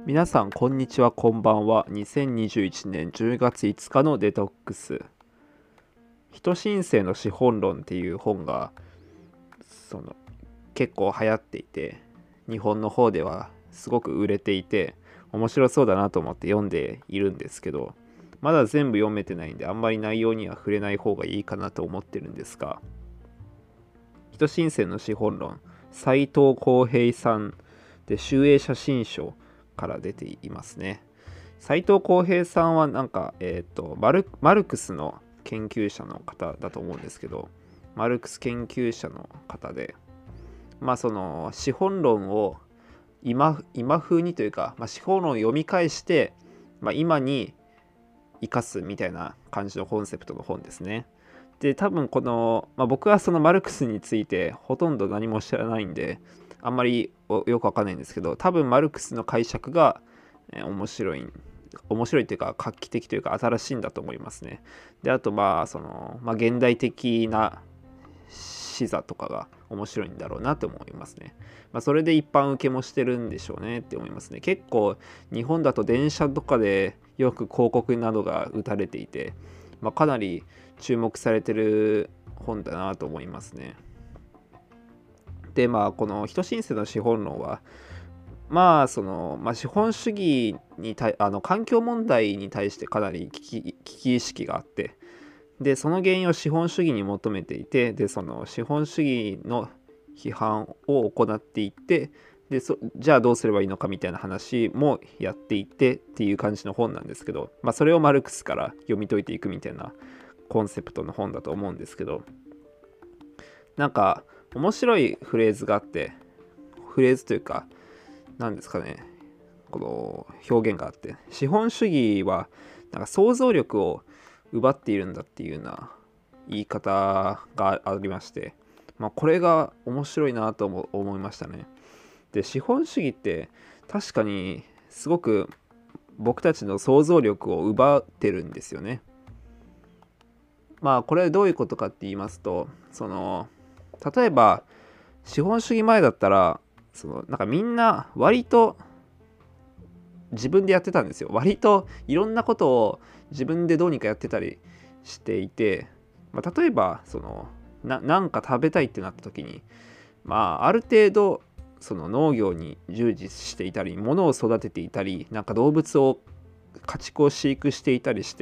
皆さんこんにちは、こんばんは。2021年10月5日のデトックス、人申請の資本論っていう本が結構流行っていて、日本の方ではすごく売れていて面白そうだなと思って読んでいるんですけど、まだ全部読めてないんであんまり内容には触れない方がいいかなと思ってるんですが、人申請の資本論、斉藤浩平さんで集英写真書から出ていますね。斉藤浩平さんはマルクスの研究者の方だと思うんですけど、マルクス研究者の方で、その資本論を今風にというか、資本論を読み返して、今に生かすみたいな感じのコンセプトの本ですね。で、多分この、僕はそのマルクスについてほとんど何も知らないんであんまりよくわかんないんですけど、多分マルクスの解釈が面白いというか画期的というか新しいんだと思いますね。で、あと現代的な視座とかが面白いんだろうなと思いますね。それで一般受けもしてるんでしょうねって思いますね。結構日本だと電車とかでよく広告などが打たれていて、かなり注目されてる本だなと思いますね。で、この人申請の資本論は資本主義に環境問題に対してかなり危機意識があって、でその原因を資本主義に求めていて、でその資本主義の批判を行っていって、でじゃあどうすればいいのかみたいな話もやっていってっていう感じの本なんですけど、それをマルクスから読み解いていくみたいなコンセプトの本だと思うんですけど、なんか面白いフレーズがあって、フレーズというか何ですかね、この表現があって、資本主義はなんか想像力を奪っているんだっていうような言い方がありまして、これが面白いなと思いましたね。で、資本主義って確かにすごく僕たちの想像力を奪ってるんですよね。これどういうことかって言いますと、例えば資本主義前だったらなんかみんな割と自分でやってたんですよ。割といろんなことを自分でどうにかやってたりしていて、例えばなんか食べたいってなった時に、ある程度その農業に従事していたり、物を育てていたり、なんか動物を家畜を飼育していたりして、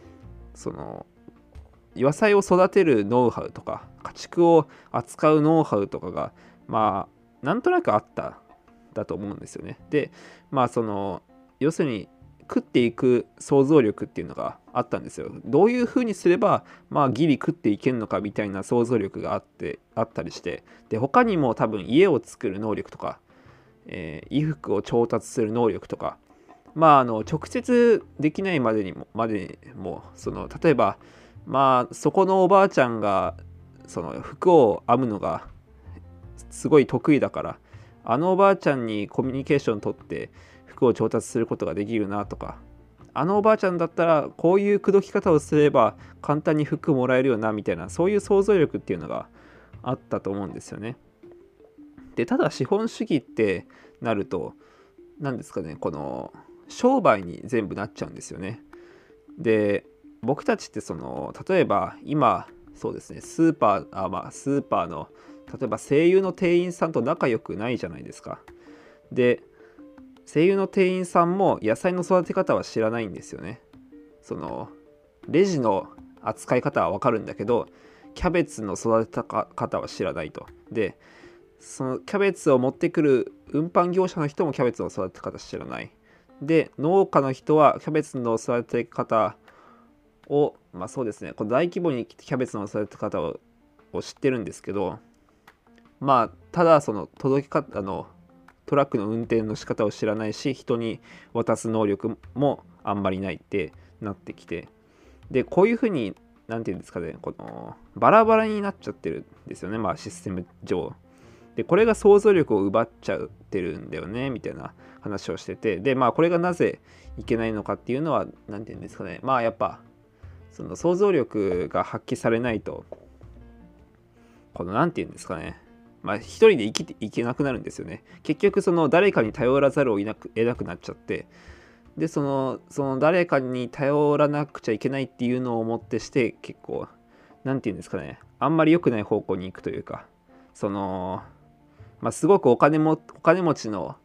野菜を育てるノウハウとか家畜を扱うノウハウとかがなんとなくあっただと思うんですよね。で、要するに食っていく想像力っていうのがあったんですよ。どういうふうにすればギリ食っていけるのかみたいな想像力があったりして、で他にも多分家を作る能力とか、衣服を調達する能力とか、直接できないまでにも例えばそこのおばあちゃんがその服を編むのがすごい得意だから、あのおばあちゃんにコミュニケーション取って服を調達することができるなとか、あのおばあちゃんだったらこういう口説き方をすれば簡単に服もらえるよなみたいな、そういう想像力っていうのがあったと思うんですよね。で、ただ資本主義ってなると何ですかね、この商売に全部なっちゃうんですよね。で、僕たちって例えば今そうですね、スーパーの例えば声優の店員さんと仲良くないじゃないですか。で、声優の店員さんも野菜の育て方は知らないんですよね。レジの扱い方は分かるんだけど、キャベツの育て方は知らないと。で、そのキャベツを持ってくる運搬業者の人もキャベツの育て方知らない。で、農家の人はキャベツの育て方をそうですね、この大規模にキャベツの育て方を知ってるんですけど、ただその届き方トラックの運転の仕方を知らないし、人に渡す能力もあんまりないってなってきて、でこういうふうになんていうんですかね、このバラバラになっちゃってるんですよね、システム上で。これが想像力を奪っちゃってるんだよねみたいな話をしてて、でこれがなぜいけないのかっていうのはなんていうんですかね、やっぱその想像力が発揮されないと、このなんていうんですかね、 一人で生きていけなくなるんですよね。結局その誰かに頼らざるを得なくなっちゃって、でその誰かに頼らなくちゃいけないっていうのをもってして結構なんていうんですかね、あんまり良くない方向に行くというか、すごくお金持ちの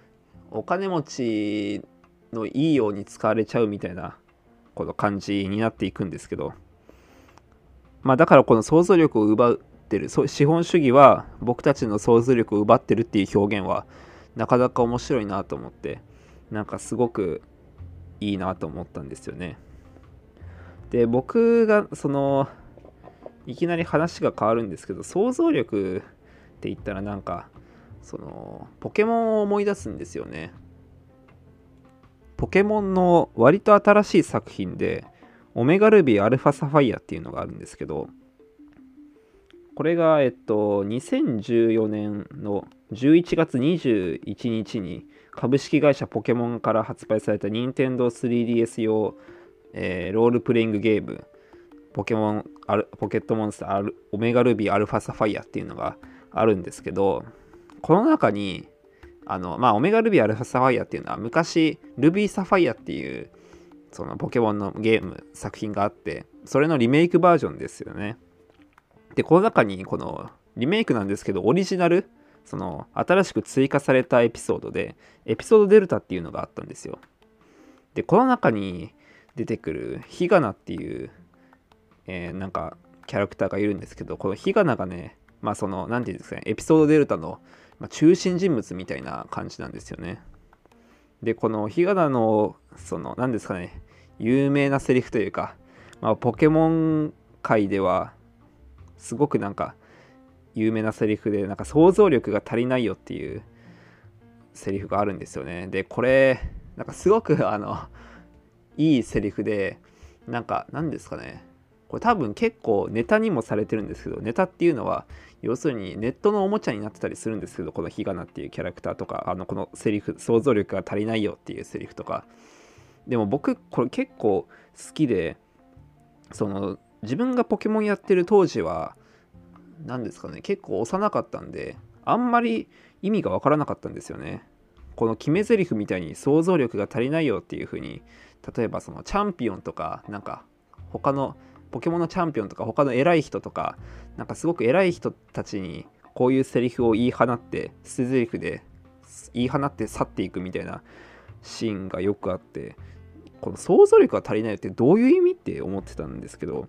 いいように使われちゃうみたいなこの感じになっていくんですけど、だからこの想像力を奪ってる資本主義は僕たちの想像力を奪ってるっていう表現はなかなか面白いなと思って、なんかすごくいいなと思ったんですよね。で、僕がいきなり話が変わるんですけど、想像力って言ったらなんかポケモンを思い出すんですよね。ポケモンの割と新しい作品でオメガルビーアルファサファイアっていうのがあるんですけど、これが2014年の11月21日に株式会社ポケモンから発売された Nintendo3DS 用、ロールプレイングゲームポケットモンスターオメガルビーアルファサファイアっていうのがあるんですけど、この中にオメガルビーアルファサファイアっていうのは昔ルビーサファイアっていうそのポケモンのゲーム作品があって、それのリメイクバージョンですよね。でこの中にこのリメイクなんですけどオリジナル新しく追加されたエピソードでエピソードデルタっていうのがあったんですよ。でこの中に出てくるヒガナっていう、なんかキャラクターがいるんですけど、このヒガナがね、なんていうんですかね、エピソードデルタの中心人物みたいな感じなんですよね。でこのヒガナの何ですかね、有名なセリフというか、ポケモン界ではすごくなんか有名なセリフで、なんか想像力が足りないよっていうセリフがあるんですよね。でこれなんかすごくいいセリフで、なんか何ですかね、これ多分結構ネタにもされてるんですけど、ネタっていうのは要するにネットのおもちゃになってたりするんですけど、このヒガナっていうキャラクターとかこのセリフ、想像力が足りないよっていうセリフとか、でも僕これ結構好きで、自分がポケモンやってる当時は何ですかね、結構幼かったんであんまり意味が分からなかったんですよね。この決め台詞みたいに想像力が足りないよっていう風に、例えばチャンピオンとかなんか他のポケモンのチャンピオンとか他の偉い人とか、なんかすごく偉い人たちにこういうセリフを言い放って捨て台詞で言い放って去っていくみたいなシーンがよくあって、この想像力が足りないってどういう意味って思ってたんですけど、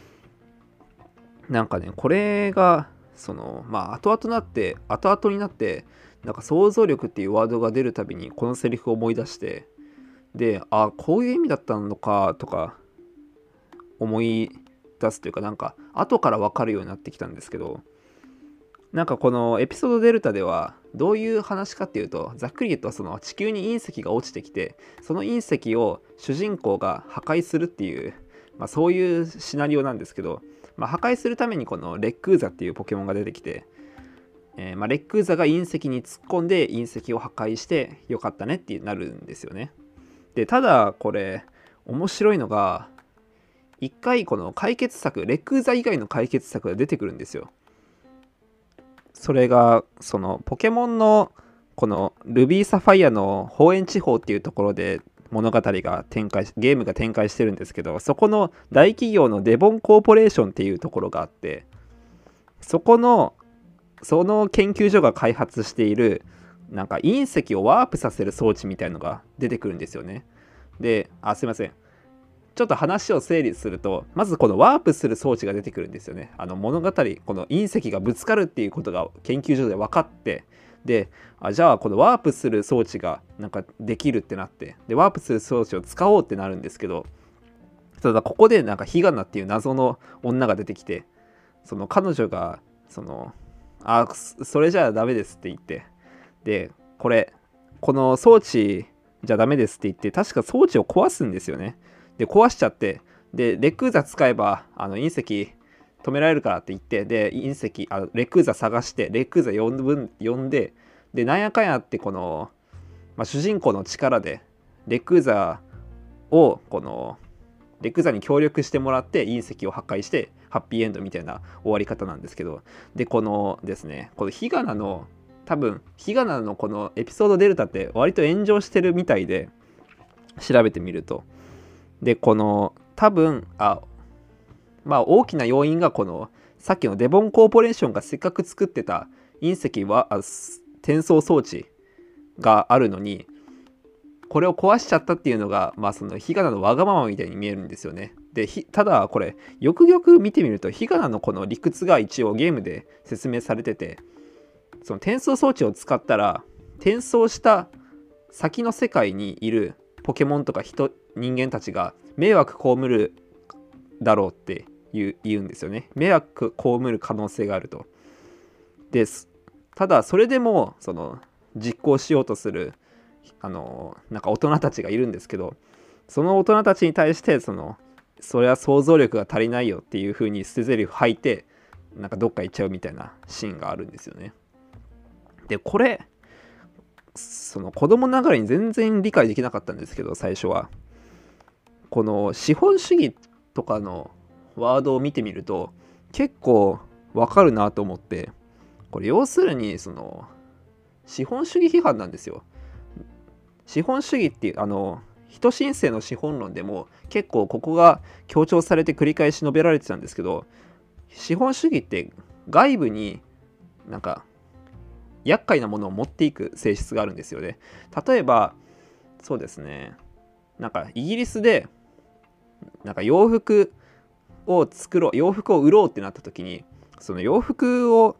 なんかね、これが後々になってなんか想像力っていうワードが出るたびにこのセリフを思い出して、でこういう意味だったのかとか思い出すというか、なんか後から分かるようになってきたんですけど、なんかこのエピソードデルタではどういう話かっていうと、ざっくり言うと地球に隕石が落ちてきて、その隕石を主人公が破壊するっていう、そういうシナリオなんですけど、破壊するためにこのレックウザっていうポケモンが出てきて、レックウザが隕石に突っ込んで隕石を破壊してよかったねってなるんですよね。でただこれ面白いのが、一回この解決策、レックウザ以外の解決策が出てくるんですよ。それがポケモンのこのルビーサファイアの方円地方っていうところでゲームが展開してるんですけど、そこの大企業のデボンコーポレーションっていうところがあって、その研究所が開発しているなんか隕石をワープさせる装置みたいのが出てくるんですよね。ですいません、ちょっと話を整理すると、まずこのワープする装置が出てくるんですよね。物語、この隕石がぶつかるっていうことが研究所で分かって、でじゃあこのワープする装置がなんかできるってなって、でワープする装置を使おうってなるんですけど、ただここでなんかヒガナっていう謎の女が出てきて、彼女がそれじゃあダメですって言って、でこの装置じゃダメですって言って、確か装置を壊すんですよね。で壊しちゃって、でレックウザ使えば隕石止められるからって言って、でレックウザ探してレックウザ呼んで、でなんやかんやってこの、主人公の力でレックウザに協力してもらって隕石を破壊してハッピーエンドみたいな終わり方なんですけど、でこのですね、このヒガナの多分ヒガナのこのエピソードデルタって割と炎上してるみたいで、調べてみると、でこの多分大きな要因がこのさっきのデボンコーポレーションがせっかく作ってた隕石は転送装置があるのに、これを壊しちゃったっていうのが、そのヒガナのわがままみたいに見えるんですよね。でただこれよくよく見てみると、ヒガナのこの理屈が一応ゲームで説明されてて、その転送装置を使ったら転送した先の世界にいるポケモンとか人間たちが迷惑被るだろうって言うんですよね。迷惑被る可能性があると。ただそれでもその実行しようとするなんか大人たちがいるんですけど、その大人たちに対してそれは想像力が足りないよっていう風に捨て台詞吐いて、なんかどっか行っちゃうみたいなシーンがあるんですよね。でこれその子供ながらに全然理解できなかったんですけど、最初はこの資本主義とかのワードを見てみると結構わかるなと思って、これ要するにその資本主義批判なんですよ。資本主義っていう人申請の資本論でも結構ここが強調されて繰り返し述べられてたんですけど、資本主義って外部になんか厄介なものを持っていく性質があるんですよね。例えばそうですね、なんかイギリスでなんか洋服を売ろうってなった時に、その洋服を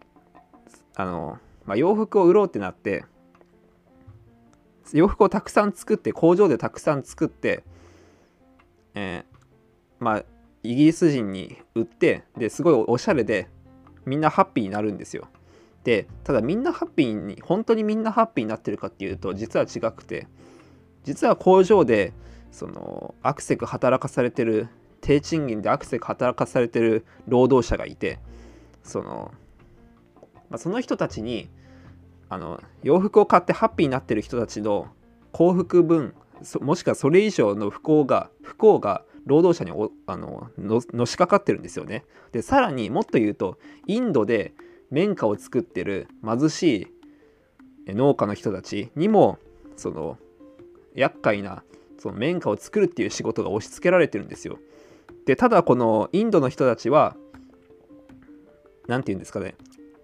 洋服を売ろうってなって、洋服をたくさん作って、工場でたくさん作って、イギリス人に売って、ですごいおしゃれでみんなハッピーになるんですよ。でただ本当にみんなハッピーになってるかっていうと実は違くて、実は工場でそのアクセク働かされてる、低賃金でアクセク働かされてる労働者がいて、その人たちに洋服を買ってハッピーになってる人たちの幸福分、もしくはそれ以上の不幸が労働者にのしかかってるんですよね。でさらにもっと言うと、インドで綿花を作ってる貧しい農家の人たちにもその厄介なその綿花を作るっていう仕事が押し付けられてるんですよ。でただこのインドの人たちはなんて言うんですかね、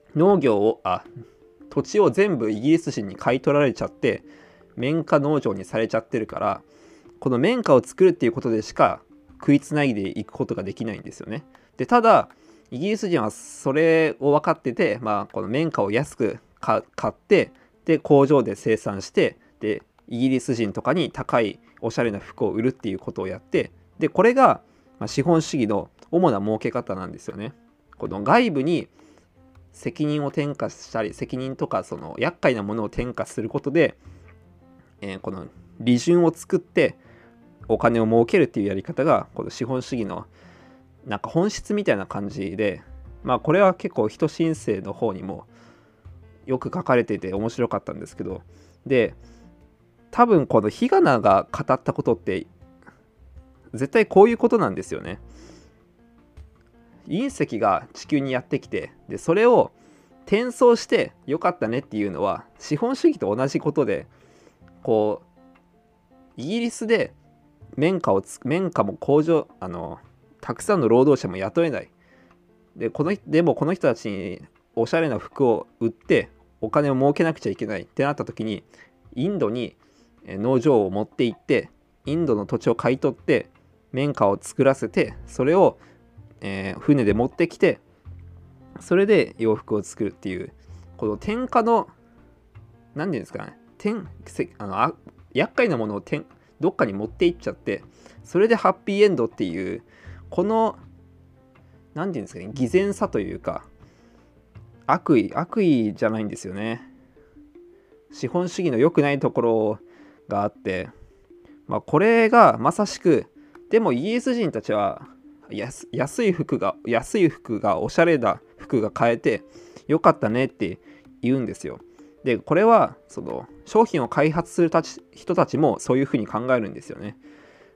土地を全部イギリス人に買い取られちゃって綿花農場にされちゃってるから、この綿花を作るっていうことでしか食いつないでいくことができないんですよね。でただイギリス人はそれを分かってて、この綿花を安く買って、で工場で生産して、でイギリス人とかに高いおしゃれな服を売るっていうことをやって、でこれが資本主義の主な儲け方なんですよね。この外部に責任を転嫁したり、責任とかその厄介なものを転嫁することで、この利潤を作ってお金を儲けるっていうやり方がこの資本主義のなんか本質みたいな感じで、これは結構人申請の方にもよく書かれていて面白かったんですけど、で多分このヒガナが語ったことって絶対こういうことなんですよね。隕石が地球にやってきて、でそれを転送してよかったねっていうのは資本主義と同じことで、こうイギリスで綿花も工場たくさんの労働者も雇えない。でもこの人たちにおしゃれな服を売ってお金を儲けなくちゃいけないってなった時に、インドに農場を持って行ってインドの土地を買い取って綿花を作らせて、それを、船で持ってきて、それで洋服を作るっていう、この転嫁の何て言うんですかね、厄介なものをどっかに持っていっちゃって、それでハッピーエンドっていう、この何て言うんですかね、偽善さというか悪意じゃないんですよね。資本主義の良くないところがあって、これがまさしく、でもイギリス人たちは安い服がおしゃれな服が買えてよかったねって言うんですよ。でこれはその商品を開発する人たちもそういうふうに考えるんですよね。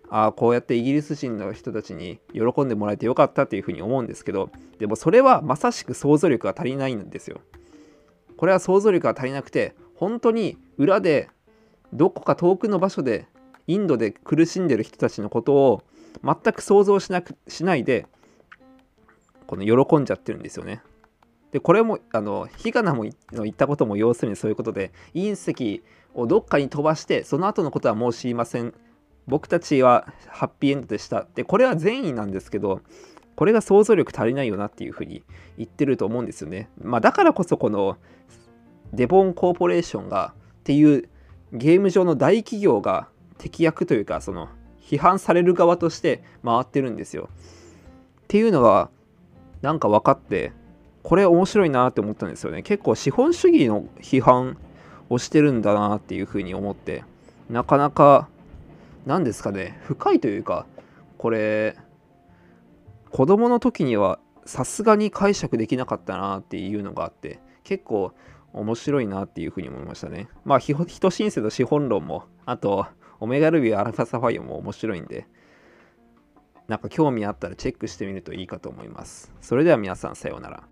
こうやってイギリス人の人たちに喜んでもらえてよかったっていうふうに思うんですけど、でもそれはまさしく想像力が足りないんですよ。これは想像力が足りなくて、本当に裏でどこか遠くの場所でインドで苦しんでる人たちのことを全く想像しないでこの喜んじゃってるんですよね。でこれもヒガナも言ったことも要するにそういうことで、隕石をどっかに飛ばしてその後のことはもう知りません、僕たちはハッピーエンドでした。でこれは善意なんですけど、これが想像力足りないよなっていうふうに言ってると思うんですよね。だからこそこのデボンコーポレーションがっていうゲーム上の大企業が敵役というか、その批判される側として回ってるんですよ。っていうのがなんか分かって、これ面白いなって思ったんですよね。結構資本主義の批判をしてるんだなっていうふうに思って、なかなか何ですかね、深いというか、これ子供の時にはさすがに解釈できなかったなっていうのがあって、結構面白いなっていうふうに思いましたね。人申請と資本論も、あとオメガルビーアルファサファイアも面白いんで、なんか興味あったらチェックしてみるといいかと思います。それでは皆さんさようなら。